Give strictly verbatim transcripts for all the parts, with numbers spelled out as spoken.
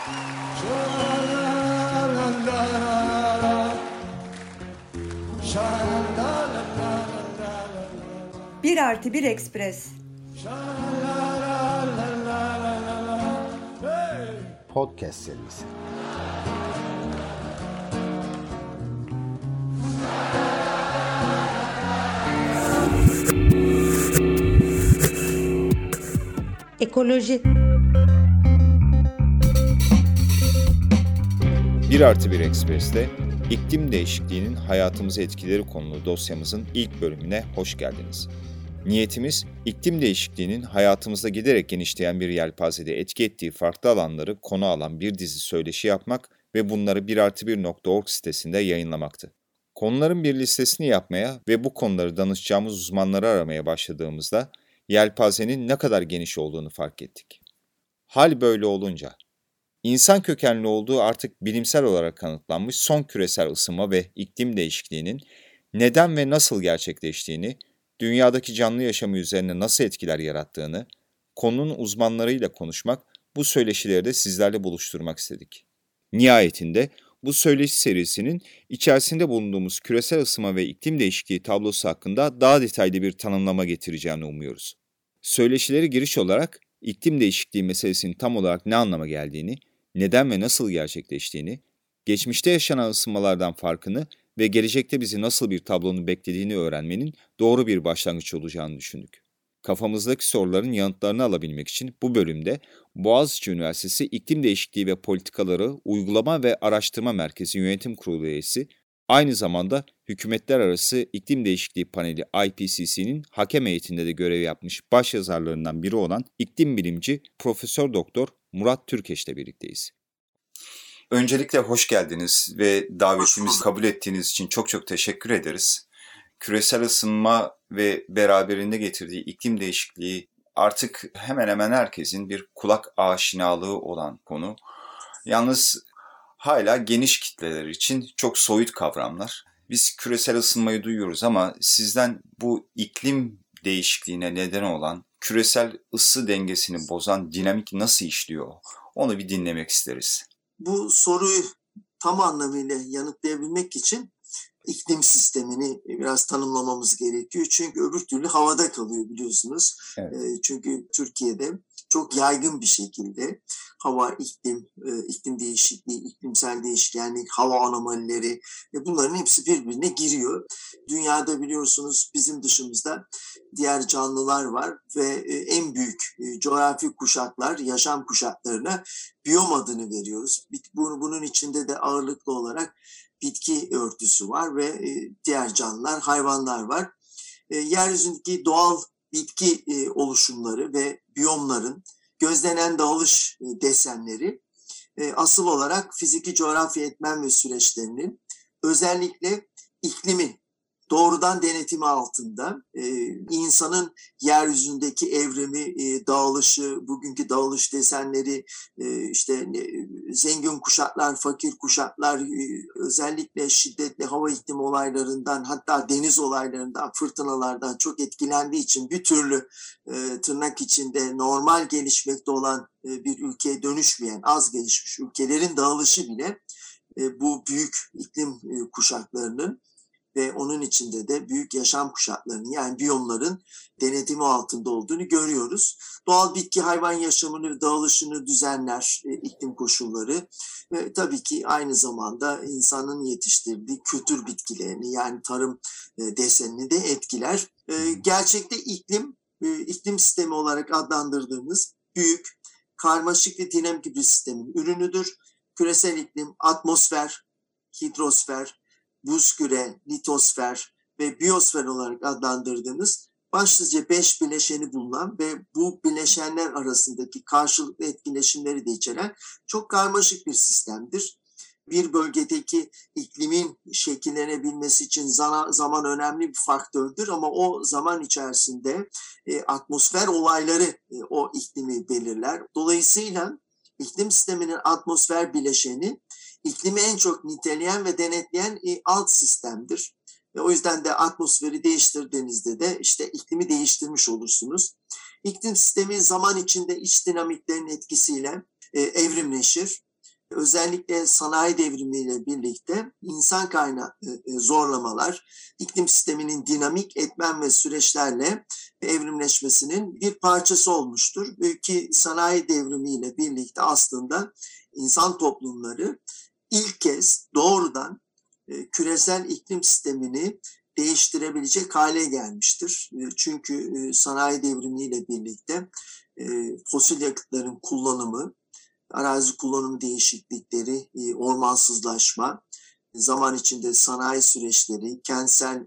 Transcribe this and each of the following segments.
Bir artı bir Ekspres. Podcast serisi. Ekoloji. Bir artı bir Ekspres'te iklim değişikliğinin hayatımıza etkileri konulu dosyamızın ilk bölümüne hoş geldiniz. Niyetimiz, iklim değişikliğinin hayatımızda giderek genişleyen bir yelpazede etki ettiği farklı alanları konu alan bir dizi söyleşi yapmak ve bunları bir artı bir nokta org sitesinde yayınlamaktı. Konuların bir listesini yapmaya ve bu konuları danışacağımız uzmanları aramaya başladığımızda yelpazenin ne kadar geniş olduğunu fark ettik. Hal böyle olunca, İnsan kökenli olduğu artık bilimsel olarak kanıtlanmış son küresel ısınma ve iklim değişikliğinin neden ve nasıl gerçekleştiğini, dünyadaki canlı yaşamı üzerine nasıl etkiler yarattığını, konunun uzmanlarıyla konuşmak, bu söyleşileri de sizlerle buluşturmak istedik. Nihayetinde bu söyleşi serisinin içerisinde bulunduğumuz küresel ısınma ve iklim değişikliği tablosu hakkında daha detaylı bir tanımlama getireceğini umuyoruz. Söyleşileri giriş olarak iklim değişikliği meselesinin tam olarak ne anlama geldiğini, neden ve nasıl gerçekleştiğini, geçmişte yaşanan ısınmalardan farkını ve gelecekte bizi nasıl bir tablonun beklediğini öğrenmenin doğru bir başlangıç olacağını düşündük. Kafamızdaki soruların yanıtlarını alabilmek için bu bölümde Boğaziçi Üniversitesi İklim Değişikliği ve Politikaları Uygulama ve Araştırma Merkezi Yönetim Kurulu üyesi, aynı zamanda Hükümetler Arası İklim Değişikliği Paneli I P C C'nin hakem heyetinde de görev yapmış başyazarlarından biri olan iklim bilimci Profesör Doktor Murat Türkeş'le birlikteyiz. Öncelikle hoş geldiniz ve davetimizi kabul ettiğiniz için çok çok teşekkür ederiz. Küresel ısınma ve beraberinde getirdiği iklim değişikliği artık hemen hemen herkesin bir kulak aşinalığı olan konu. Yalnız hala geniş kitleler için çok soyut kavramlar. Biz küresel ısınmayı duyuyoruz ama sizden bu iklim değişikliğine neden olan, küresel ısı dengesini bozan dinamik nasıl işliyor? Onu bir dinlemek isteriz. Bu soruyu tam anlamıyla yanıtlayabilmek için iklim sistemini biraz tanımlamamız gerekiyor. Çünkü öbür türlü havada kalıyor biliyorsunuz. Evet. Çünkü Türkiye'de çok yaygın bir şekilde hava, iklim, iklim değişikliği, iklimsel değişiklik yani hava anomalileri bunların hepsi birbirine giriyor. Dünyada biliyorsunuz bizim dışımızda diğer canlılar var ve en büyük coğrafi kuşaklar, yaşam kuşaklarına biyom adını veriyoruz. Bunun içinde de ağırlıklı olarak bitki örtüsü var ve diğer canlılar, hayvanlar var. Yeryüzündeki doğal bitki oluşumları ve biyomların gözlenen dağılış desenleri asıl olarak fiziki coğrafya etmen ve süreçlerinin özellikle iklimin doğrudan denetimi altında e, insanın yeryüzündeki evrimi, e, dağılışı, bugünkü dağılış desenleri, e, işte e, zengin kuşaklar, fakir kuşaklar, e, özellikle şiddetli hava iklim olaylarından, hatta deniz olaylarından, fırtınalardan çok etkilendiği için bir türlü e, tırnak içinde normal gelişmekte olan e, bir ülkeye dönüşmeyen az gelişmiş ülkelerin dağılışı bile e, bu büyük iklim e, kuşaklarının ve onun içinde de büyük yaşam kuşaklarının yani biyomların denetimi altında olduğunu görüyoruz. Doğal bitki hayvan yaşamını, dağılışını düzenler e, iklim koşulları ve tabii ki aynı zamanda insanın yetiştirdiği kültür bitkilerini yani tarım e, desenini de etkiler. E, gerçekte iklim, e, iklim sistemi olarak adlandırdığımız büyük, karmaşık ve dinamik bir sistemin ürünüdür. Küresel iklim, atmosfer, hidrosfer, buz küre, litosfer ve biyosfer olarak adlandırdığımız başlıca beş bileşeni bulunan ve bu bileşenler arasındaki karşılıklı etkileşimleri de içeren çok karmaşık bir sistemdir. Bir bölgedeki iklimin şekillenebilmesi için zaman önemli bir faktördür ama o zaman içerisinde e, atmosfer olayları e, o iklimi belirler. Dolayısıyla iklim sisteminin atmosfer bileşeni İklimi en çok niteleyen ve denetleyen e, alt sistemdir. Ve o yüzden de atmosferi değiştirdiğinizde de işte iklimi değiştirmiş olursunuz. İklim sistemi zaman içinde iç dinamiklerin etkisiyle e, evrimleşir. özellikle sanayi devrimiyle birlikte insan kaynağı zorlamalar, iklim sisteminin dinamik etmen ve süreçlerle evrimleşmesinin bir parçası olmuştur. Ki sanayi devrimiyle birlikte aslında insan toplumları ilk kez doğrudan küresel iklim sistemini değiştirebilecek hale gelmiştir. Çünkü sanayi devrimiyle birlikte fosil yakıtların kullanımı, arazi kullanım değişiklikleri, ormansızlaşma, zaman içinde sanayi süreçleri, kentsel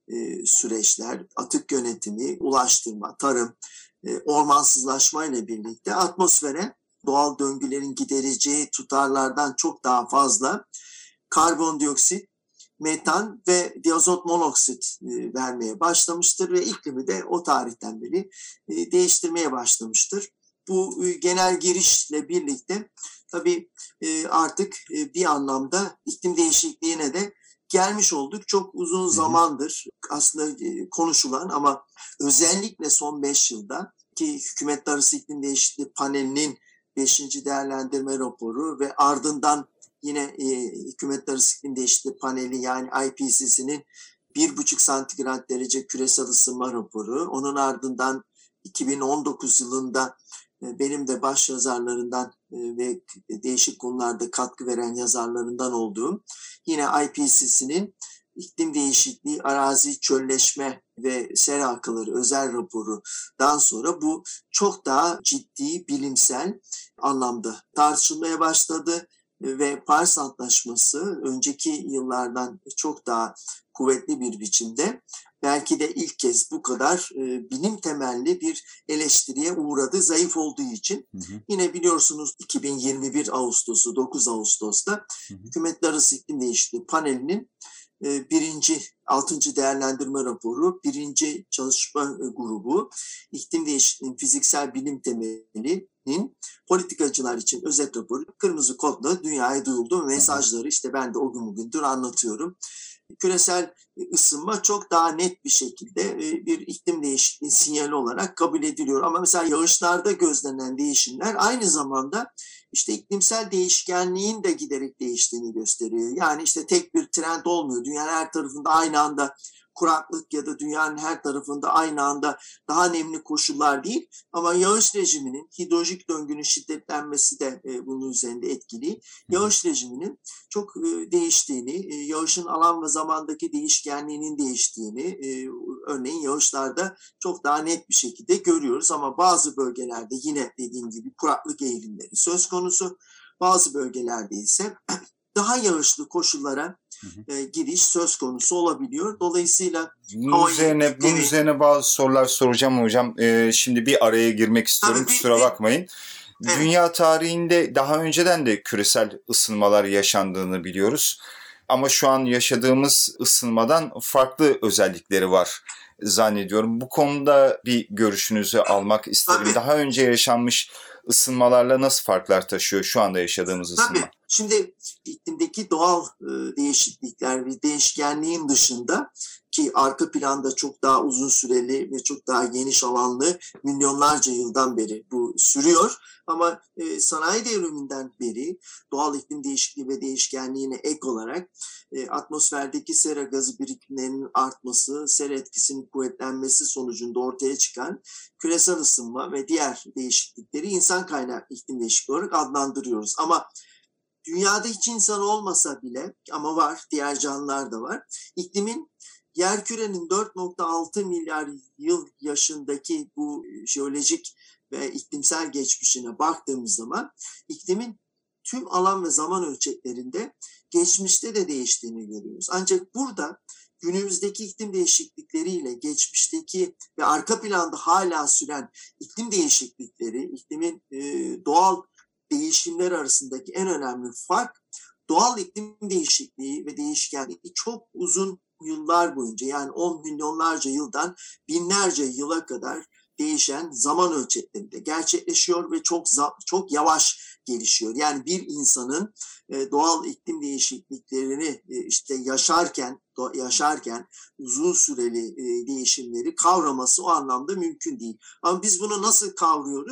süreçler, atık yönetimi, ulaştırma, tarım, ormansızlaşma ile birlikte atmosfere doğal döngülerin gidereceği tutarlardan çok daha fazla karbondioksit, metan ve diazot monoksit vermeye başlamıştır ve iklimi de o tarihten beri değiştirmeye başlamıştır. Bu genel girişle birlikte tabii artık bir anlamda iklim değişikliğine de gelmiş olduk. Çok uzun zamandır aslında konuşulan ama özellikle son beş yılda ki Hükümetler Arası İklim Değişikliği Paneli'nin beşinci değerlendirme raporu ve ardından yine e, Hükümetler Arası İklim Değişikliği Paneli yani I P C C'nin bir buçuk santigrat derece küresel ısınma raporu. Onun ardından iki bin on dokuz yılında e, benim de baş yazarlarından e, ve değişik konularda katkı veren yazarlarından olduğum yine I P C C'nin İklim Değişikliği, Arazi, Çölleşme ve Sera Akıları özel raporudan sonra bu çok daha ciddi bilimsel anlamda tartışılmaya başladı. Ve Paris Antlaşması önceki yıllardan çok daha kuvvetli bir biçimde belki de ilk kez bu kadar e, bilim temelli bir eleştiriye uğradı zayıf olduğu için. Hı hı. Yine biliyorsunuz iki bin yirmi bir Ağustos'u dokuz Ağustos'ta hı hı. Hükümetler Arası İklim Değişikliği Paneli'nin e, birinci, altıncı değerlendirme raporu, birinci çalışma e, grubu iklim değişikliğinin fiziksel bilim temelinin politikacılar için özet raporu kırmızı kodla dünyaya duyuldu. Mesajları işte ben de o gün bugündür anlatıyorum. Küresel ısınma çok daha net bir şekilde bir iklim değişikliği sinyali olarak kabul ediliyor. Ama mesela yağışlarda gözlenen değişimler aynı zamanda işte iklimsel değişkenliğin de giderek değiştiğini gösteriyor. Yani işte tek bir trend olmuyor. Dünyanın her tarafında aynı anda kuraklık ya da dünyanın her tarafında aynı anda daha nemli koşullar değil. Ama yağış rejiminin, hidrolojik döngünün şiddetlenmesi de e, bunun üzerinde etkili. Yağış rejiminin çok e, değiştiğini, e, yağışın alan ve zamandaki değişkenliğinin değiştiğini, e, örneğin yağışlarda çok daha net bir şekilde görüyoruz. Ama bazı bölgelerde yine dediğim gibi kuraklık eğilimleri söz konusu. Bazı bölgelerde ise daha yağışlı koşullara Hı hı. E, giriş söz konusu olabiliyor. Dolayısıyla bunun üzerine, bunun üzerine bazı sorular soracağım hocam. Ee, şimdi bir araya girmek istiyorum. Tabii, kusura bir, bakmayın. Evet. Dünya tarihinde daha önceden de küresel ısınmalar yaşandığını biliyoruz. Ama şu an yaşadığımız ısınmadan farklı özellikleri var zannediyorum. Bu konuda bir görüşünüzü almak isterim. Tabii. Daha önce yaşanmış ısınmalarla nasıl farklar taşıyor şu anda yaşadığımız ısınma? Tabii. Şimdi iklimdeki doğal e, değişiklikler ve değişkenliğin dışında ki arka planda çok daha uzun süreli ve çok daha geniş alanlı milyonlarca yıldan beri bu sürüyor. Ama e, sanayi devriminden beri doğal iklim değişikliği ve değişkenliğine ek olarak e, atmosferdeki sera gazı birikimlerinin artması, sera etkisinin kuvvetlenmesi sonucunda ortaya çıkan küresel ısınma ve diğer değişiklikleri insan kaynaklı iklim değişikliği olarak adlandırıyoruz. Ama dünyada hiç insan olmasa bile ama var, diğer canlılar da var. İklimin yerkürenin dört nokta altı milyar yıl yaşındaki bu jeolojik ve iklimsel geçmişine baktığımız zaman iklimin tüm alan ve zaman ölçeklerinde geçmişte de değiştiğini görüyoruz. Ancak burada günümüzdeki iklim değişiklikleriyle geçmişteki ve arka planda hala süren iklim değişiklikleri, iklimin e, doğal değişimler arasındaki en önemli fark doğal iklim değişikliği ve değişkenliği çok uzun yıllar boyunca yani on milyonlarca yıldan binlerce yıla kadar değişen zaman ölçeklerinde gerçekleşiyor ve çok çok yavaş gelişiyor. Yani bir insanın doğal iklim değişikliklerini işte yaşarken yaşarken uzun süreli değişimleri kavraması o anlamda mümkün değil. Ama biz bunu nasıl kavruyoruz?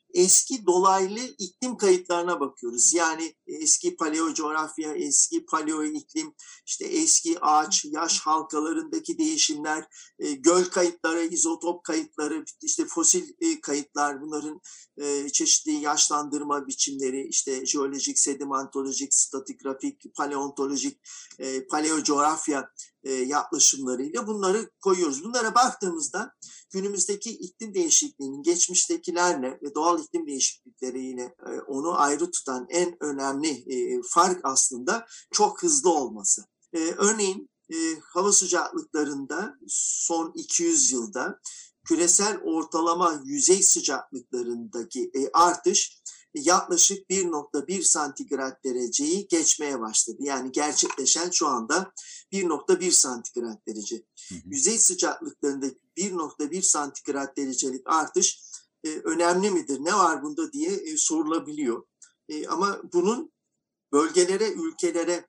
eski dolaylı iklim kayıtlarına bakıyoruz. Yani eski paleo coğrafya, eski paleo iklim, işte eski ağaç, yaş halkalarındaki değişimler, göl kayıtları, izotop kayıtları, işte fosil kayıtlar, bunların çeşitli yaşlandırma biçimleri, işte jeolojik, sedimentolojik, stratigrafik, paleontolojik, paleo coğrafya yaklaşımlarıyla bunları koyuyoruz. Bunlara baktığımızda günümüzdeki iklim değişikliğinin geçmiştekilerle ve doğal iklim değişiklikleriyle onu ayrı tutan en önemli fark aslında çok hızlı olması. Örneğin hava sıcaklıklarında son iki yüz yılda küresel ortalama yüzey sıcaklıklarındaki artış yaklaşık bir nokta bir santigrat dereceyi geçmeye başladı. Yani gerçekleşen şu anda bir nokta bir santigrat derece. Hı hı. Yüzey sıcaklıklarındaki bir nokta bir santigrat derecelik artış e, önemli midir? Ne var bunda diye e, sorulabiliyor. E, ama bunun bölgelere, ülkelere,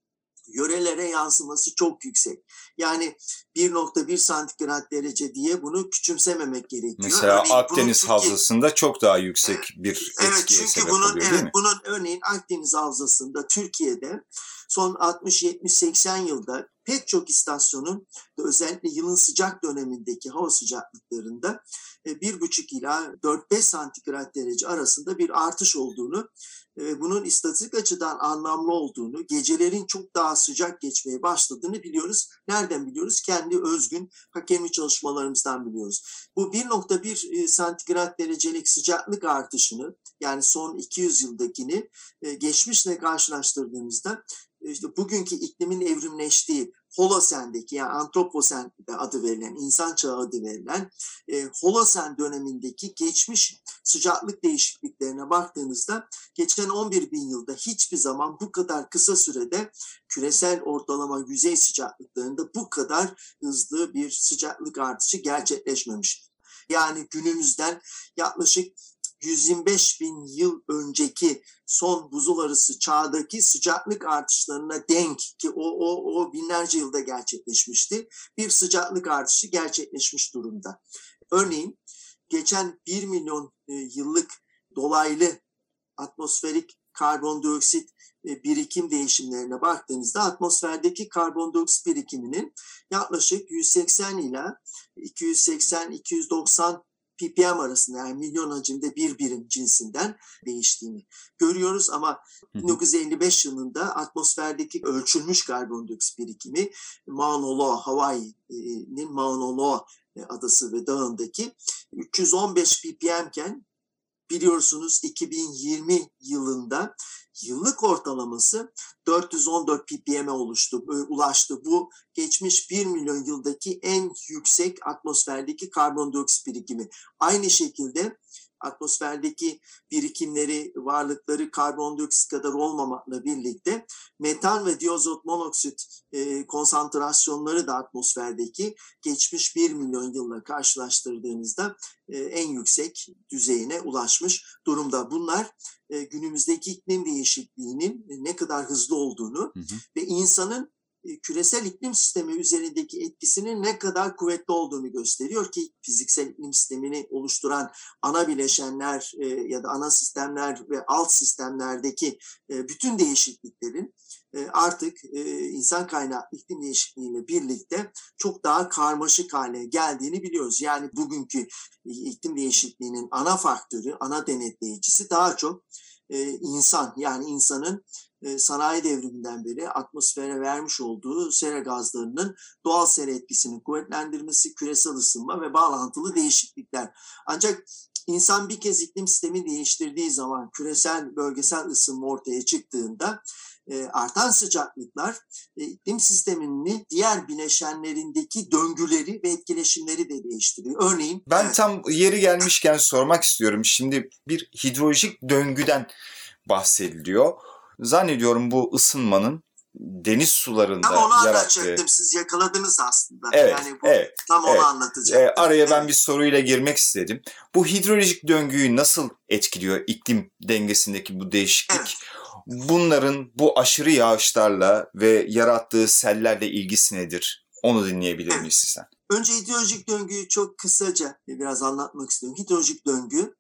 yörelere yansıması çok yüksek. Yani bir nokta bir santigrat derece diye bunu küçümsememek gerekiyor. Mesela örneğin Akdeniz Türkiye... havzasında çok daha yüksek bir evet, etkiye sebep bunun, oluyor evet, değil mi? Bunun örneğin Akdeniz havzasında Türkiye'de son altmış yetmiş seksen yılda pek çok istasyonun özellikle yılın sıcak dönemindeki hava sıcaklıklarında bir buçuk ila dört beş santigrat derece arasında bir artış olduğunu, bunun istatistik açıdan anlamlı olduğunu, gecelerin çok daha sıcak geçmeye başladığını biliyoruz. Nereden biliyoruz? Kendi özgün hakemi çalışmalarımızdan biliyoruz. Bu bir nokta bir santigrat derecelik sıcaklık artışını, yani son iki yüz yıldakini geçmişle karşılaştırdığımızda İşte bugünkü iklimin evrimleştiği Holosen'deki, yani Antroposen adı verilen, insan çağı adı verilen e, Holosen dönemindeki geçmiş sıcaklık değişikliklerine baktığınızda geçen on bir bin yılda hiçbir zaman bu kadar kısa sürede küresel ortalama yüzey sıcaklıklarında bu kadar hızlı bir sıcaklık artışı gerçekleşmemiş. Yani günümüzden yaklaşık yüz yirmi beş bin yıl önceki son buzul arası çağdaki sıcaklık artışlarına denk, ki o, o, o binlerce yılda gerçekleşmişti, bir sıcaklık artışı gerçekleşmiş durumda. Örneğin geçen bir milyon yıllık dolaylı atmosferik karbondioksit birikim değişimlerine baktığınızda atmosferdeki karbondioksit birikiminin yaklaşık yüz seksen ila iki yüz seksen iki yüz doksan ppm arasında, yani milyon hacimde bir birim cinsinden değiştiğini görüyoruz. Ama bin dokuz yüz elli beş yılında atmosferdeki ölçülmüş karbondioksit birikimi Mauna Loa, Hawaii'nin Mauna Loa adası ve dağındaki üç yüz on beş ppm iken biliyorsunuz iki bin yirmi yılında yıllık ortalaması dört yüz on dört ppm'e oluştu, ulaştı. Bu geçmiş bir milyon yıldaki en yüksek atmosferdeki karbondioksit birikimi. Aynı şekilde atmosferdeki birikimleri, varlıkları karbondioksit kadar olmamakla birlikte metan ve diazot monoksit e, konsantrasyonları da atmosferdeki geçmiş bir milyon yılla karşılaştırdığınızda e, en yüksek düzeyine ulaşmış durumda. Bunlar e, günümüzdeki iklim değişikliğinin ne kadar hızlı olduğunu hı hı. ve insanın küresel iklim sistemi üzerindeki etkisinin ne kadar kuvvetli olduğunu gösteriyor ki fiziksel iklim sistemini oluşturan ana bileşenler e, ya da ana sistemler ve alt sistemlerdeki e, bütün değişikliklerin e, artık e, insan kaynaklı iklim değişikliğiyle birlikte çok daha karmaşık hale geldiğini biliyoruz. Yani bugünkü iklim değişikliğinin ana faktörü, ana denetleyicisi daha çok e, insan, yani insanın sanayi devriminden beri atmosfere vermiş olduğu sera gazlarının doğal sera etkisini kuvvetlendirmesi, küresel ısınma ve bağlantılı değişiklikler. Ancak insan bir kez iklim sistemi değiştirdiği zaman, küresel bölgesel ısınma ortaya çıktığında artan sıcaklıklar iklim sisteminin diğer bileşenlerindeki döngüleri ve etkileşimleri de değiştiriyor. Örneğin ben evet. tam yeri gelmişken sormak istiyorum. Şimdi bir hidrolojik döngüden bahsediliyor. Zannediyorum bu ısınmanın deniz sularında tam onu yarattığı... anlatacaktım. Siz yakaladınız aslında. Evet, yani bu, evet. Tam evet. onu anlatacaktım. Ee, araya ben bir soruyla girmek istedim. Bu hidrolojik döngüyü nasıl etkiliyor iklim dengesindeki bu değişiklik? Evet. Bunların bu aşırı yağışlarla ve yarattığı sellerle ilgisi nedir? Onu dinleyebilir miyiz evet. sizden? Önce hidrolojik döngüyü çok kısaca biraz anlatmak istiyorum. Hidrolojik döngü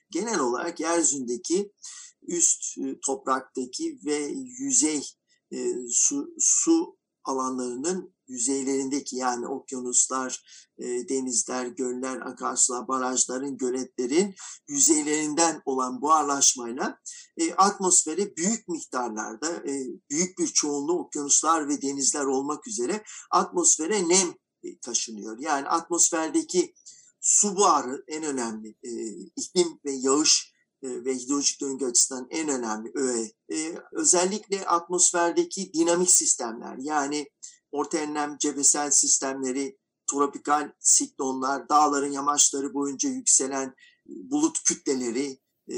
genel olarak yeryüzündeki üst e, topraktaki ve yüzey e, su, su alanlarının yüzeylerindeki, yani okyanuslar, e, denizler, göller, akarsular, barajların, göletlerin yüzeylerinden olan buharlaşmayla e, atmosfere büyük miktarlarda, e, büyük bir çoğunluğu okyanuslar ve denizler olmak üzere atmosfere nem e, taşınıyor. Yani atmosferdeki su buharı en önemli e, iklim ve yağış e, ve hidrolojik döngü açısından en önemli öğe. E, özellikle atmosferdeki dinamik sistemler, yani orta enlem cephesel sistemleri, tropikal siklonlar, dağların yamaçları boyunca yükselen bulut kütleleri e,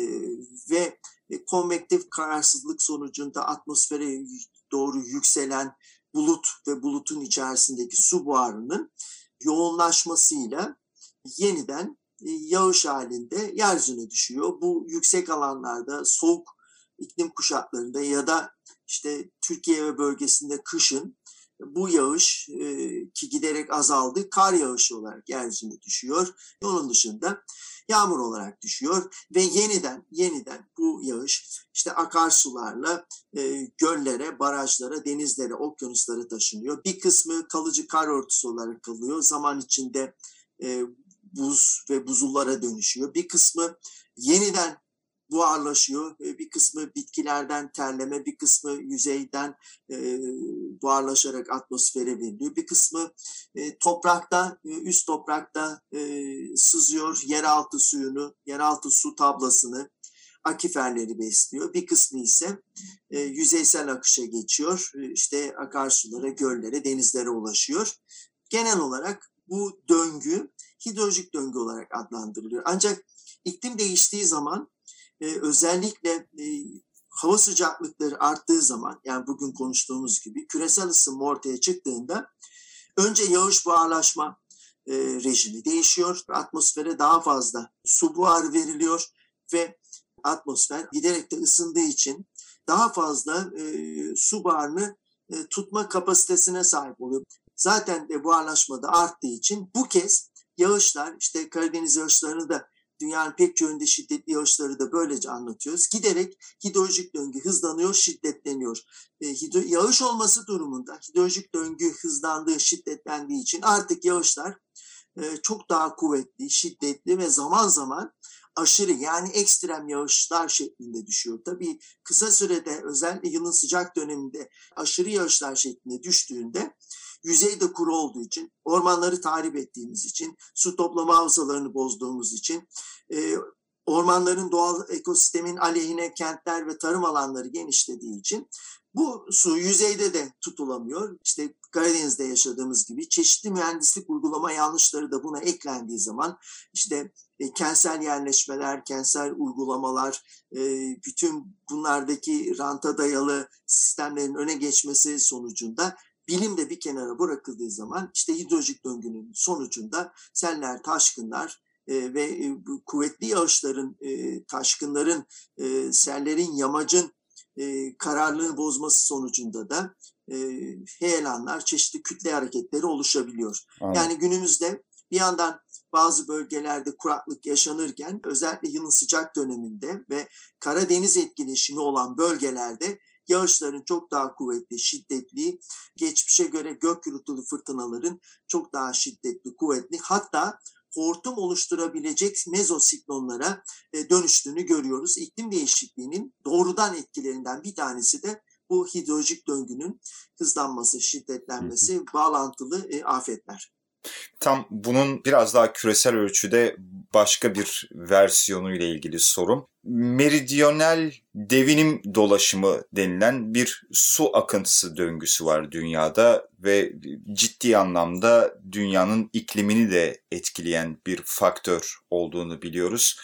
ve konvektif kararsızlık sonucunda atmosfere doğru yükselen bulut ve bulutun içerisindeki su buharının yoğunlaşmasıyla yeniden yağış halinde yeryüzüne düşüyor. Bu yüksek alanlarda, soğuk iklim kuşaklarında ya da işte Türkiye ve bölgesinde kışın bu yağış e, ki giderek azaldı, kar yağışı olarak yeryüzüne düşüyor. Onun dışında yağmur olarak düşüyor ve yeniden yeniden bu yağış işte akarsularla e, göllere, barajlara, denizlere, okyanuslara taşınıyor. Bir kısmı kalıcı kar örtüsü olarak kalıyor. Zaman içinde e, buz ve buzullara dönüşüyor. Bir kısmı yeniden buharlaşıyor. Bir kısmı bitkilerden terleme, bir kısmı yüzeyden e, buharlaşarak atmosfere veriliyor. Bir kısmı e, toprakta, e, üst toprakta e, sızıyor, yeraltı suyunu, yeraltı su tablasını, akiferleri besliyor. Bir kısmı ise e, yüzeysel akışa geçiyor. E, işte akarsulara, göllere, denizlere ulaşıyor. Genel olarak bu döngü hidrolojik döngü olarak adlandırılıyor. Ancak iklim değiştiği zaman Ee, özellikle e, hava sıcaklıkları arttığı zaman, yani bugün konuştuğumuz gibi küresel ısınma ortaya çıktığında önce yağış buharlaşma e, rejimi değişiyor. Atmosfere daha fazla su buharı veriliyor ve atmosfer giderek de ısındığı için daha fazla e, su buharını e, tutma kapasitesine sahip oluyor. Zaten de buharlaşma da arttığı için bu kez yağışlar, işte Karadeniz yağışlarını da dünyanın pek çoğunda yönde şiddetli yağışları da böylece anlatıyoruz. Giderek hidrolojik döngü hızlanıyor, şiddetleniyor. E, hidro- yağış olması durumunda hidrolojik döngü hızlandığı, şiddetlendiği için artık yağışlar e, çok daha kuvvetli, şiddetli ve zaman zaman aşırı, yani ekstrem yağışlar şeklinde düşüyor. Tabii kısa sürede, özellikle yılın sıcak döneminde aşırı yağışlar şeklinde düştüğünde yüzey de kuru olduğu için, ormanları tahrip ettiğimiz için, su toplama havzalarını bozduğumuz için, e, ormanların doğal ekosistemin aleyhine kentler ve tarım alanları genişlediği için bu su yüzeyde de tutulamıyor. İşte Karadeniz'de yaşadığımız gibi çeşitli mühendislik uygulama yanlışları da buna eklendiği zaman işte e, kentsel yerleşmeler, kentsel uygulamalar, e, bütün bunlardaki ranta dayalı sistemlerin öne geçmesi sonucunda, bilim de bir kenara bırakıldığı zaman işte hidrolojik döngünün sonucunda seller, taşkınlar e, ve e, bu kuvvetli yağışların, e, taşkınların, e, sellerin, yamacın e, kararlılığını bozması sonucunda da e, heyelanlar, çeşitli kütle hareketleri oluşabiliyor. Aynen. Yani günümüzde bir yandan bazı bölgelerde kuraklık yaşanırken, özellikle yılın sıcak döneminde ve Karadeniz etkileşimi olan bölgelerde yağışların çok daha kuvvetli, şiddetli, geçmişe göre gök gürültülü fırtınaların çok daha şiddetli, kuvvetli, hatta hortum oluşturabilecek mezosiklonlara dönüştüğünü görüyoruz. İklim değişikliğinin doğrudan etkilerinden bir tanesi de bu hidrolojik döngünün hızlanması, şiddetlenmesi, hı hı. bağlantılı afetler. Tam bunun biraz daha küresel ölçüde başka bir versiyonu ile ilgili sorum. Meridional devinim dolaşımı denilen bir su akıntısı döngüsü var dünyada ve ciddi anlamda dünyanın iklimini de etkileyen bir faktör olduğunu biliyoruz.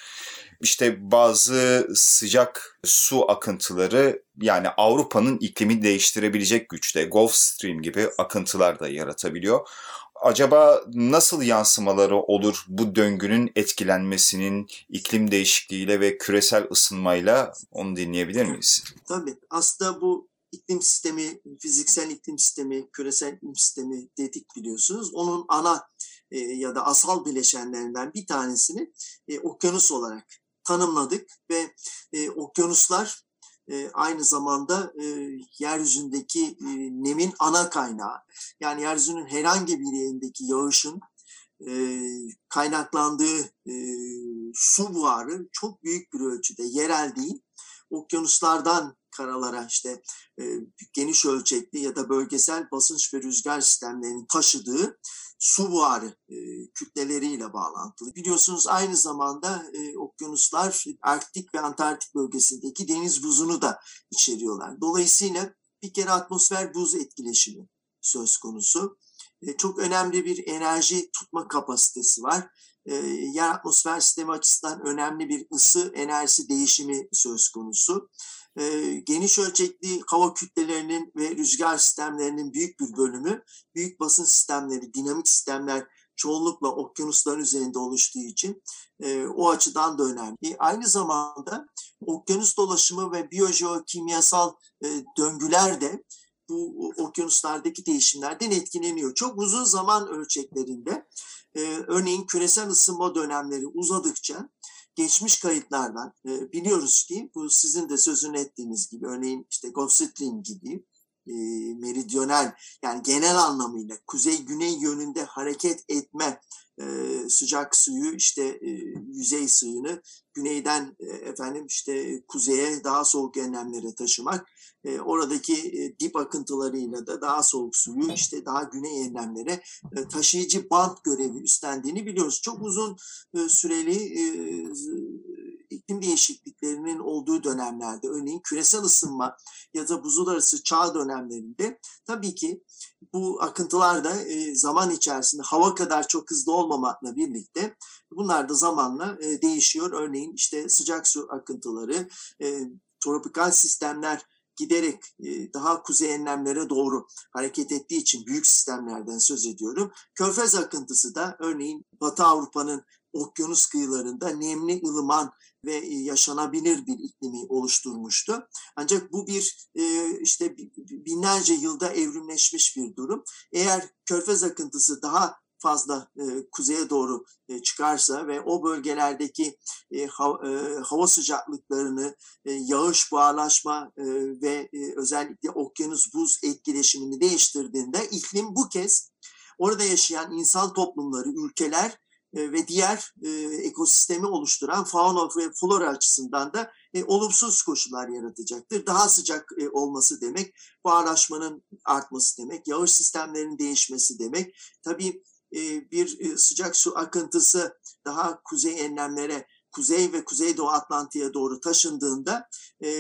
İşte bazı sıcak su akıntıları, yani Avrupa'nın iklimini değiştirebilecek güçte, Gulf Stream gibi akıntılar da yaratabiliyor. Acaba nasıl yansımaları olur bu döngünün etkilenmesinin iklim değişikliğiyle ve küresel ısınmayla, onu dinleyebilir miyiz? Tabii. Aslında bu iklim sistemi, fiziksel iklim sistemi, küresel iklim sistemi dedik biliyorsunuz. Onun ana e, ya da asal bileşenlerinden bir tanesini e, okyanus olarak tanımladık ve e, okyanuslar e, aynı zamanda e, yeryüzündeki e, nemin ana kaynağı. Yani yeryüzünün herhangi bir yerindeki yağışın e, kaynaklandığı e, su buharı çok büyük bir ölçüde yerel değil, okyanuslardan karalara işte e, geniş ölçekli ya da bölgesel basınç ve rüzgar sistemlerinin taşıdığı su buharı e, kütleleriyle bağlantılı. Biliyorsunuz aynı zamanda e, okyanuslar Arktik ve Antarktik bölgesindeki deniz buzunu da içeriyorlar. Dolayısıyla bir kere atmosfer buz etkileşimi söz konusu. E, çok önemli bir enerji tutma kapasitesi var. E, yer atmosfer sistemi açısından önemli bir ısı enerjisi değişimi söz konusu. E, geniş ölçekli hava kütlelerinin ve rüzgar sistemlerinin büyük bir bölümü, büyük basınç sistemleri, dinamik sistemler çoğunlukla okyanusların üzerinde oluştuğu için e, o açıdan da önemli. Aynı zamanda okyanus dolaşımı ve biyojeokimyasal e, döngüler de bu okyanuslardaki değişimlerden etkileniyor. Çok uzun zaman ölçeklerinde e, örneğin küresel ısınma dönemleri uzadıkça geçmiş kayıtlardan e, biliyoruz ki bu sizin de sözünü ettiğiniz gibi örneğin işte Gulf Stream gibi e, meridyonel yani genel anlamıyla kuzey-güney yönünde hareket etme e, sıcak suyu işte e, yüzey suyunu güneyden e, efendim işte kuzeye daha soğuk enlemlere taşımak e, oradaki e, dip akıntılarıyla da daha soğuk suyu işte daha güney enlemlere e, taşıyıcı bant görevi üstlendiğini biliyoruz. Çok uzun e, süreli e, iklim değişikliklerinin olduğu dönemlerde örneğin küresel ısınma ya da buzul arası çağ dönemlerinde tabii ki bu akıntılar da e, zaman içerisinde hava kadar çok hızlı olmamakla birlikte bunlar da zamanla e, değişiyor. Örneğin işte sıcak su akıntıları, e, tropikal sistemler giderek e, daha kuzey enlemlere doğru hareket ettiği için büyük sistemlerden söz ediyorum. Körfez akıntısı da örneğin Batı Avrupa'nın okyanus kıyılarında nemli, ılıman ve yaşanabilir bir iklimi oluşturmuştu. Ancak bu bir e, işte binlerce yılda evrimleşmiş bir durum. Eğer körfez akıntısı daha fazla e, kuzeye doğru e, çıkarsa ve o bölgelerdeki e, ha, e, hava sıcaklıklarını, e, yağış, buharlaşma e, ve e, özellikle okyanus buz etkileşimini değiştirdiğinde iklim bu kez orada yaşayan insan toplumları, ülkeler e, ve diğer e, ekosistemi oluşturan fauna ve flora açısından da e, olumsuz koşullar yaratacaktır. Daha sıcak e, olması demek, buharlaşmanın artması demek, yağış sistemlerinin değişmesi demek. Tabii bir sıcak su akıntısı daha kuzey enlemlere, kuzey ve kuzeydoğu Atlantik'e doğru taşındığında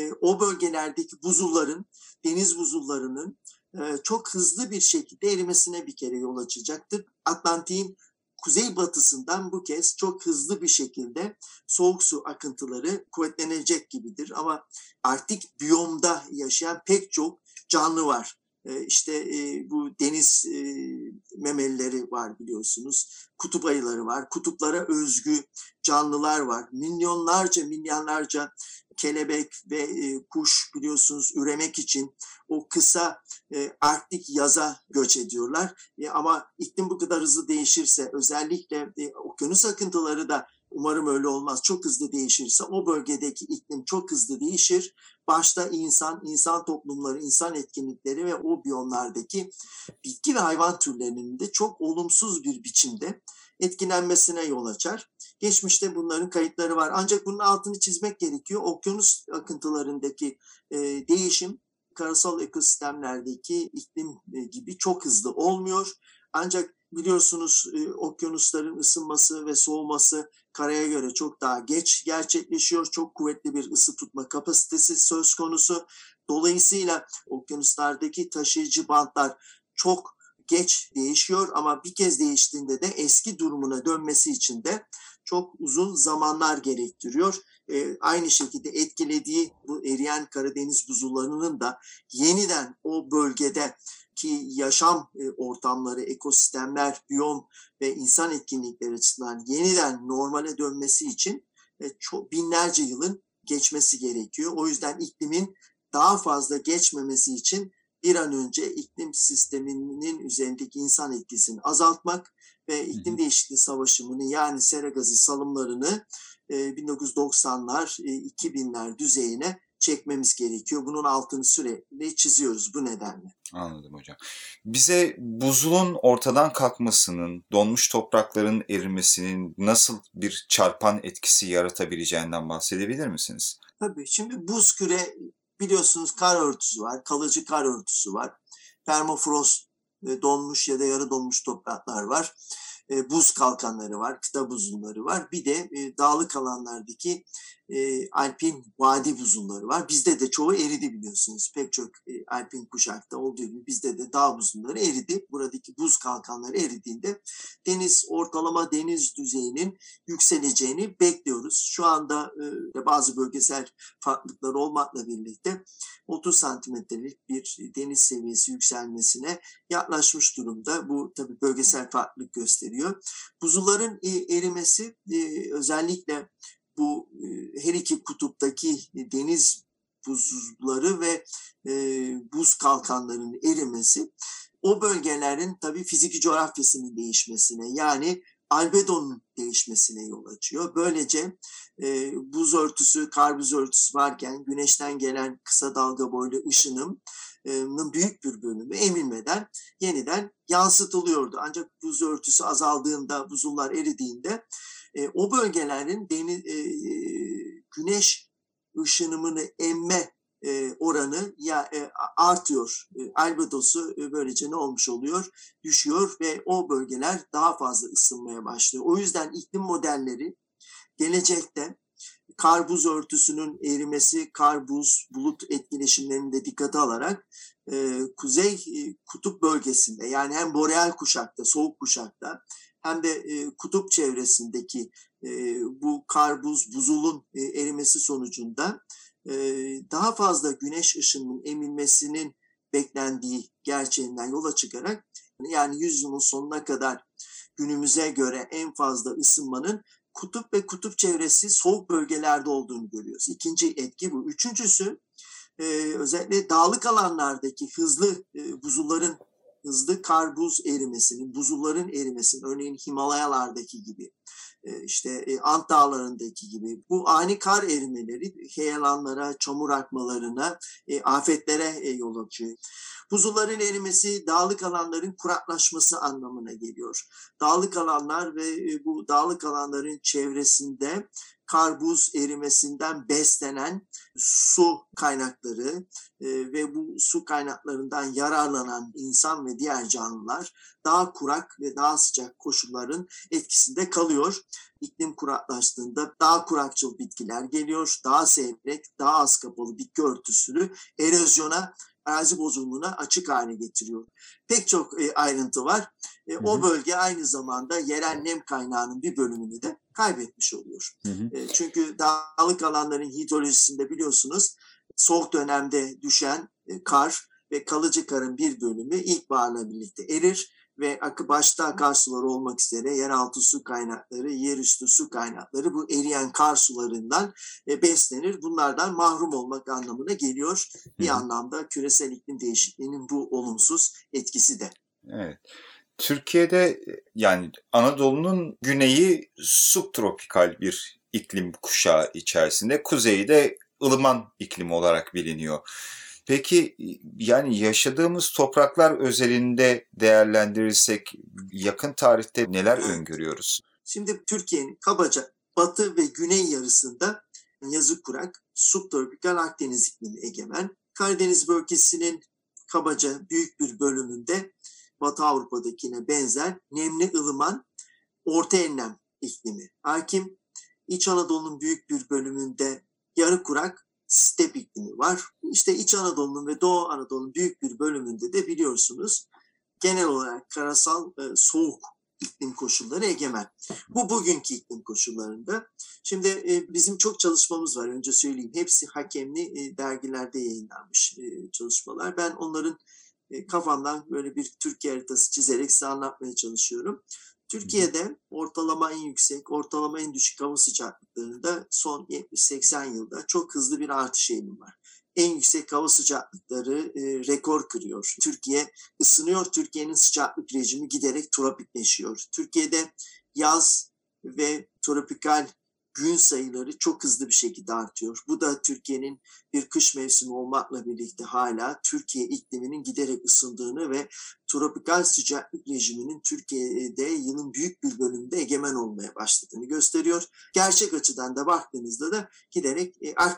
o bölgelerdeki buzulların, deniz buzullarının çok hızlı bir şekilde erimesine bir kere yol açacaktır. Atlantik'in kuzeybatısından bu kez çok hızlı bir şekilde soğuk su akıntıları kuvvetlenecek gibidir. Ama Arktik biyomda yaşayan pek çok canlı var. İşte e, bu deniz e, memelileri var biliyorsunuz, kutup ayıları var, kutuplara özgü canlılar var, milyonlarca milyarlarca kelebek ve e, kuş biliyorsunuz üremek için o kısa e, Arktik yaza göç ediyorlar. E, ama iklim bu kadar hızlı değişirse özellikle e, okyanus akıntıları da umarım öyle olmaz. Çok hızlı değişirse o bölgedeki iklim çok hızlı değişir. Başta insan, insan toplumları, insan etkinlikleri ve o biyomlardaki bitki ve hayvan türlerinin de çok olumsuz bir biçimde etkilenmesine yol açar. Geçmişte bunların kayıtları var. Ancak bunun altını çizmek gerekiyor. Okyanus akıntılarındaki e, değişim karasal ekosistemlerdeki iklim e, gibi çok hızlı olmuyor. Ancak biliyorsunuz e, okyanusların ısınması ve soğuması karaya göre çok daha geç gerçekleşiyor. Çok kuvvetli bir ısı tutma kapasitesi söz konusu. Dolayısıyla okyanuslardaki taşıyıcı bantlar çok geç değişiyor ama bir kez değiştiğinde de eski durumuna dönmesi için de çok uzun zamanlar gerektiriyor. Ee, aynı şekilde etkilediği bu eriyen Karadeniz buzullarının da yeniden o bölgede ki yaşam e, ortamları, ekosistemler, biyom ve insan etkinlikleri açısından yeniden normale dönmesi için e, çok binlerce yılın geçmesi gerekiyor. O yüzden iklimin daha fazla geçmemesi için bir an önce iklim sisteminin üzerindeki insan etkisini azaltmak ve iklim değişikliği savaşımını yani sera gazı salımlarını bin dokuz yüz doksanlar, iki binler düzeyine çekmemiz gerekiyor. Bunun altını sürekli çiziyoruz bu nedenle. Anladım hocam. Bize buzulun ortadan kalkmasının, donmuş toprakların erimesinin nasıl bir çarpan etkisi yaratabileceğinden bahsedebilir misiniz? Tabii. Şimdi buz küre biliyorsunuz kar örtüsü var, kalıcı kar örtüsü var. Permafrost, donmuş ya da yarı donmuş topraklar var. Buz kalkanları var, kıta buzulları var. Bir de dağlık alanlardaki e, alpin vadi buzulları var. Bizde de çoğu eridi biliyorsunuz. Pek çok e, alpin kuşakta olduğu gibi bizde de dağ buzulları eridi. Buradaki buz kalkanları eridiğinde deniz ortalama deniz düzeyinin yükseleceğini bekliyoruz. Şu anda e, bazı bölgesel farklılıklar olmakla birlikte otuz santimetrelik bir deniz seviyesi yükselmesine yaklaşmış durumda. Bu tabii bölgesel farklılık gösteriyor. Buzulların e, erimesi e, özellikle bu her iki kutuptaki deniz buzulları ve e, buz kalkanlarının erimesi o bölgelerin tabii fiziki coğrafyasının değişmesine yani albedonun değişmesine yol açıyor. Böylece e, buz örtüsü, kar buz örtüsü varken güneşten gelen kısa dalga boylu ışınımın büyük bir bölümü emilmeden yeniden yansıtılıyordu. Ancak buz örtüsü azaldığında, buzullar eridiğinde E, o bölgelerin deniz, e, güneş ışınımını emme e, oranı ya e, artıyor. E, albedosu e, böylece ne olmuş oluyor? Düşüyor ve o bölgeler daha fazla ısınmaya başlıyor. O yüzden iklim modelleri gelecekte kar buz örtüsünün erimesi, kar buz bulut etkileşimlerini de dikkate alarak e, kuzey e, kutup bölgesinde yani hem boreal kuşakta, soğuk kuşakta hem de e, kutup çevresindeki e, bu kar, buz, buzulun e, erimesi sonucunda e, daha fazla güneş ışınının emilmesinin beklendiği gerçeğinden yola çıkarak yani yüzyılın sonuna kadar günümüze göre en fazla ısınmanın kutup ve kutup çevresi soğuk bölgelerde olduğunu görüyoruz. İkinci etki bu. Üçüncüsü e, özellikle dağlık alanlardaki hızlı e, buzulların hızlı kar buz erimesinin, buzulların erimesinin, örneğin Himalayalardaki gibi, işte Ant Dağları'ndaki gibi bu ani kar erimeleri heyelanlara, çamur akmalarına, afetlere yol açıyor. Buzulların erimesi dağlık alanların kuraklaşması anlamına geliyor. Dağlık alanlar ve bu dağlık alanların çevresinde kar buz erimesinden beslenen su kaynakları e, ve bu su kaynaklarından yararlanan insan ve diğer canlılar daha kurak ve daha sıcak koşulların etkisinde kalıyor. İklim kuraklaştığında daha kurakçıl bitkiler geliyor, daha seyrek, daha az kapalı bitki örtüsünü erozyona, arazi bozulumuna açık hale getiriyor. Pek çok e, ayrıntı var. E, hı hı. O bölge aynı zamanda yerel nem kaynağının bir bölümünü de kaybetmiş oluyor. Hı hı. E, çünkü dağlık alanların hidrolojisinde biliyorsunuz soğuk dönemde düşen e, kar ve kalıcı karın bir bölümü ilkbaharla birlikte erir ve akı başta akarsular olmak üzere yeraltı su kaynakları, yerüstü su kaynakları bu eriyen kar sularından e, beslenir. Bunlardan mahrum olmak anlamına geliyor. Bir anlamda küresel iklim değişikliğinin bu olumsuz etkisi de. Evet. Türkiye'de yani Anadolu'nun güneyi subtropikal bir iklim kuşağı içerisinde, kuzeyi de ılıman iklim olarak biliniyor. Peki yani yaşadığımız topraklar özelinde değerlendirirsek yakın tarihte neler öngörüyoruz? Şimdi Türkiye'nin kabaca batı ve güney yarısında yazı kurak, subtropikal Akdeniz iklimi egemen. Karadeniz bölgesinin kabaca büyük bir bölümünde Batı Avrupa'dakine benzer nemli ılıman orta enlem iklimi hakim. İç Anadolu'nun büyük bir bölümünde yarı kurak step iklimi var. İşte İç Anadolu'nun ve Doğu Anadolu'nun büyük bir bölümünde de biliyorsunuz genel olarak karasal e, soğuk iklim koşulları egemen. Bu bugünkü iklim koşullarında. Şimdi e, bizim çok çalışmamız var. Önce söyleyeyim. Hepsi hakemli e, dergilerde yayınlanmış e, çalışmalar. Ben onların e, kafamdan böyle bir Türkiye haritası çizerek size anlatmaya çalışıyorum. Türkiye'de ortalama en yüksek, ortalama en düşük hava sıcaklıklarında son yetmiş seksen yılda çok hızlı bir artış eğilimi var. En yüksek hava sıcaklıkları e, rekor kırıyor. Türkiye ısınıyor. Türkiye'nin sıcaklık rejimi giderek tropikleşiyor. Türkiye'de yaz ve tropikal gün sayıları çok hızlı bir şekilde artıyor. Bu da Türkiye'nin bir kış mevsimi olmakla birlikte hala Türkiye ikliminin giderek ısındığını ve tropikal sıcaklık rejiminin Türkiye'de yılın büyük bir bölümünde egemen olmaya başladığını gösteriyor. Gerçek açıdan da baktığınızda da giderek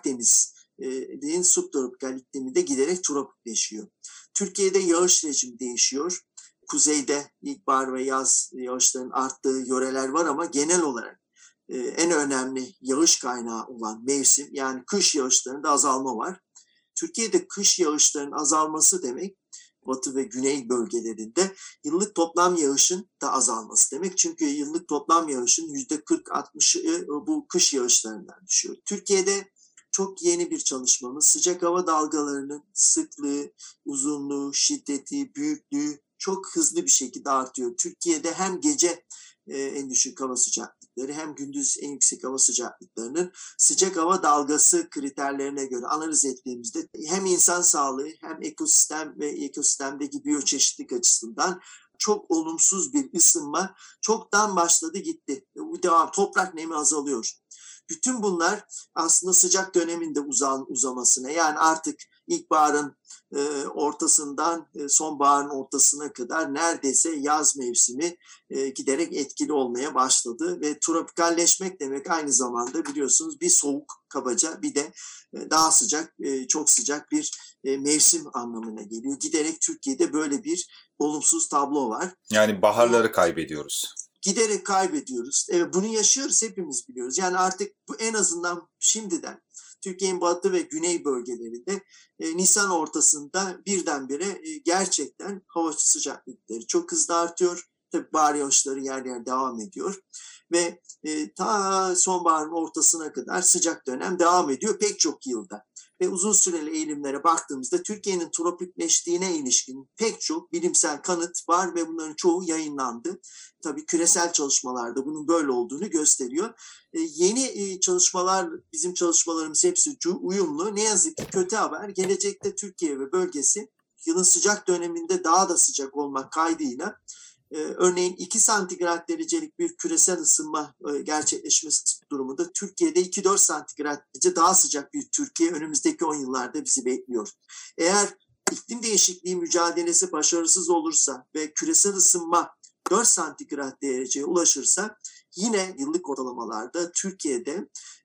Akdeniz'in subtropikal iklimi de giderek tropikleşiyor. Türkiye'de yağış rejimi değişiyor. Kuzeyde ilkbahar ve yaz yağışların arttığı yöreler var ama genel olarak en önemli yağış kaynağı olan mevsim, yani kış yağışlarında azalma var. Türkiye'de kış yağışlarının azalması demek batı ve güney bölgelerinde yıllık toplam yağışın da azalması demek. Çünkü yıllık toplam yağışın yüzde kırk altmışı bu kış yağışlarından düşüyor. Türkiye'de çok yeni bir çalışmamız, sıcak hava dalgalarının sıklığı, uzunluğu, şiddeti, büyüklüğü çok hızlı bir şekilde artıyor. Türkiye'de hem gece en düşük hava sıcaklıkları hem gündüz en yüksek hava sıcaklıklarının sıcak hava dalgası kriterlerine göre analiz ettiğimizde hem insan sağlığı hem ekosistem ve ekosistemdeki biyoçeşitlilik açısından çok olumsuz bir ısınma çoktan başladı gitti. Bu devam, toprak nemi azalıyor. Bütün bunlar aslında sıcak döneminde uzan, uzamasına, yani artık ilkbaharın e, ortasından e, sonbaharın ortasına kadar neredeyse yaz mevsimi e, giderek etkili olmaya başladı ve tropikalleşmek demek aynı zamanda biliyorsunuz bir soğuk kabaca bir de e, daha sıcak, e, çok sıcak bir e, mevsim anlamına geliyor. Giderek Türkiye'de böyle bir olumsuz tablo var. Yani baharları kaybediyoruz. Giderek kaybediyoruz. Evet, bunu yaşıyoruz, hepimiz biliyoruz. Yani artık bu en azından şimdiden Türkiye'nin batı ve güney bölgelerinde e, Nisan ortasında birdenbire e, gerçekten hava sıcaklıkları çok hızlı artıyor. Tabii bahar yağışları yer yer devam ediyor. Ve e, ta sonbaharın ortasına kadar sıcak dönem devam ediyor pek çok yılda. Ve uzun süreli eğilimlere baktığımızda Türkiye'nin tropikleştiğine ilişkin pek çok bilimsel kanıt var ve bunların çoğu yayınlandı. Tabii küresel çalışmalarda bunun böyle olduğunu gösteriyor. Ee, yeni e, çalışmalar, bizim çalışmalarımız hepsi uyumlu. Ne yazık ki kötü haber, gelecekte Türkiye ve bölgesi yılın sıcak döneminde daha da sıcak olmak kaydıyla Ee, örneğin iki santigrat derecelik bir küresel ısınma e, gerçekleşmesi durumunda Türkiye'de iki dört santigrat derece daha sıcak bir Türkiye önümüzdeki on yıllarda bizi bekliyor. Eğer iklim değişikliği mücadelesi başarısız olursa ve küresel ısınma dört santigrat dereceye ulaşırsa yine yıllık ortalamalarda Türkiye'de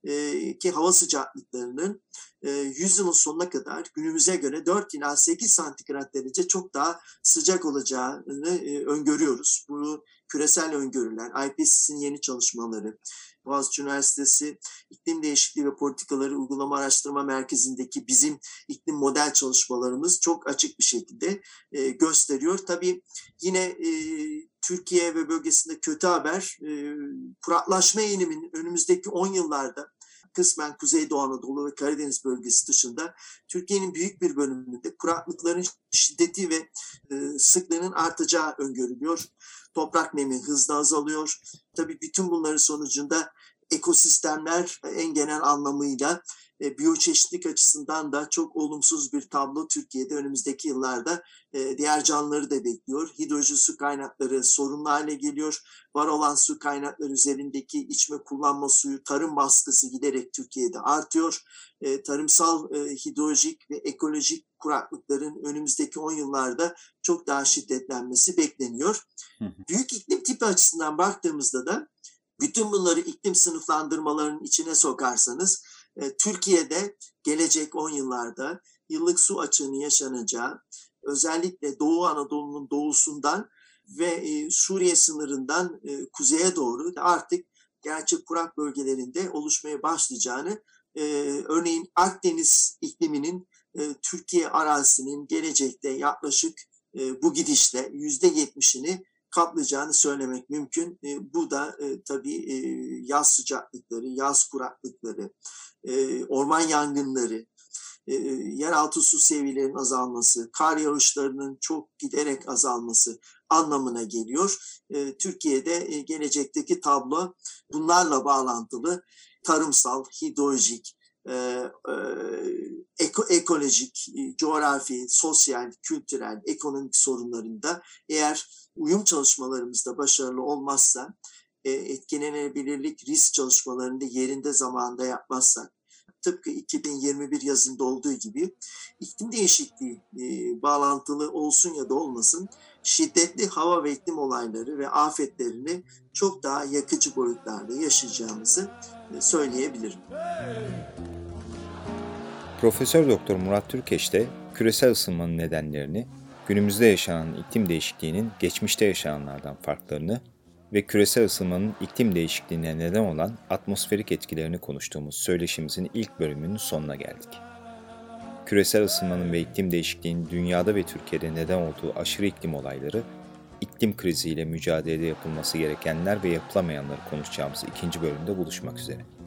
e, ki hava sıcaklıklarının e, yüzyılın sonuna kadar günümüze göre dört ila sekiz santigrat derece çok daha sıcak olacağını e, öngörüyoruz. Bu küresel öngörüler, I P C C'nin yeni çalışmaları, Boğaziçi Üniversitesi İklim Değişikliği ve Politikaları Uygulama Araştırma Merkezi'ndeki bizim iklim model çalışmalarımız çok açık bir şekilde e, gösteriyor. Tabii yine e, Türkiye ve bölgesinde kötü haber, e, kuraklaşma eğiliminin önümüzdeki on yıllarda kısmen Kuzeydoğu Anadolu ve Karadeniz bölgesi dışında Türkiye'nin büyük bir bölümünde kuraklıkların şiddeti ve e, sıklığının artacağı öngörülüyor. Toprak nemi hızla azalıyor. Tabii bütün bunların sonucunda ekosistemler en genel anlamıyla e, biyoçeşitlik açısından da çok olumsuz bir tablo Türkiye'de önümüzdeki yıllarda e, diğer canlıları da bekliyor. Hidrojil su kaynakları sorunlu hale geliyor. Var olan su kaynakları üzerindeki içme kullanma suyu, tarım baskısı giderek Türkiye'de artıyor. E, tarımsal e, hidrolojik ve ekolojik kuraklıkların önümüzdeki on yıllarda çok daha şiddetlenmesi bekleniyor. Hı hı. Büyük iklim tipi açısından baktığımızda da bütün bunları iklim sınıflandırmalarının içine sokarsanız e, Türkiye'de gelecek on yıllarda yıllık su açığının yaşanacağı, özellikle Doğu Anadolu'nun doğusundan ve e, Suriye sınırından e, kuzeye doğru artık gerçek kurak bölgelerinde oluşmaya başlayacağını, e, örneğin Akdeniz ikliminin e, Türkiye arazisinin gelecekte yaklaşık e, bu gidişle yüzde yetmişini kaplayacağını söylemek mümkün. E, bu da e, tabii e, yaz sıcaklıkları, yaz kuraklıkları, e, orman yangınları, e, yeraltı su seviyelerinin azalması, kar yağışlarının çok giderek azalması anlamına geliyor. E, Türkiye'de e, gelecekteki tablo bunlarla bağlantılı tarımsal, hidrolojik, e, e, eko, ekolojik, e, coğrafi, sosyal, kültürel, ekonomik sorunlarında eğer uyum çalışmalarımızda başarılı olmazsa e, etkilenebilirlik risk çalışmalarını da yerinde zamanda yapmazsak, tıpkı iki bin yirmi bir yazında olduğu gibi iklim değişikliği e, bağlantılı olsun ya da olmasın şiddetli hava ve iklim olayları ve afetlerini çok daha yakıcı boyutlarda yaşayacağımızı e, söyleyebilirim. Profesör Doktor Murat Türkeş de küresel ısınmanın nedenlerini, günümüzde yaşanan iklim değişikliğinin geçmişte yaşananlardan farklarını ve küresel ısınmanın iklim değişikliğine neden olan atmosferik etkilerini konuştuğumuz söyleşimizin ilk bölümünün sonuna geldik. Küresel ısınmanın ve iklim değişikliğinin dünyada ve Türkiye'de neden olduğu aşırı iklim olayları, iklim kriziyle mücadelede yapılması gerekenler ve yapılamayanları konuşacağımız ikinci bölümde buluşmak üzere.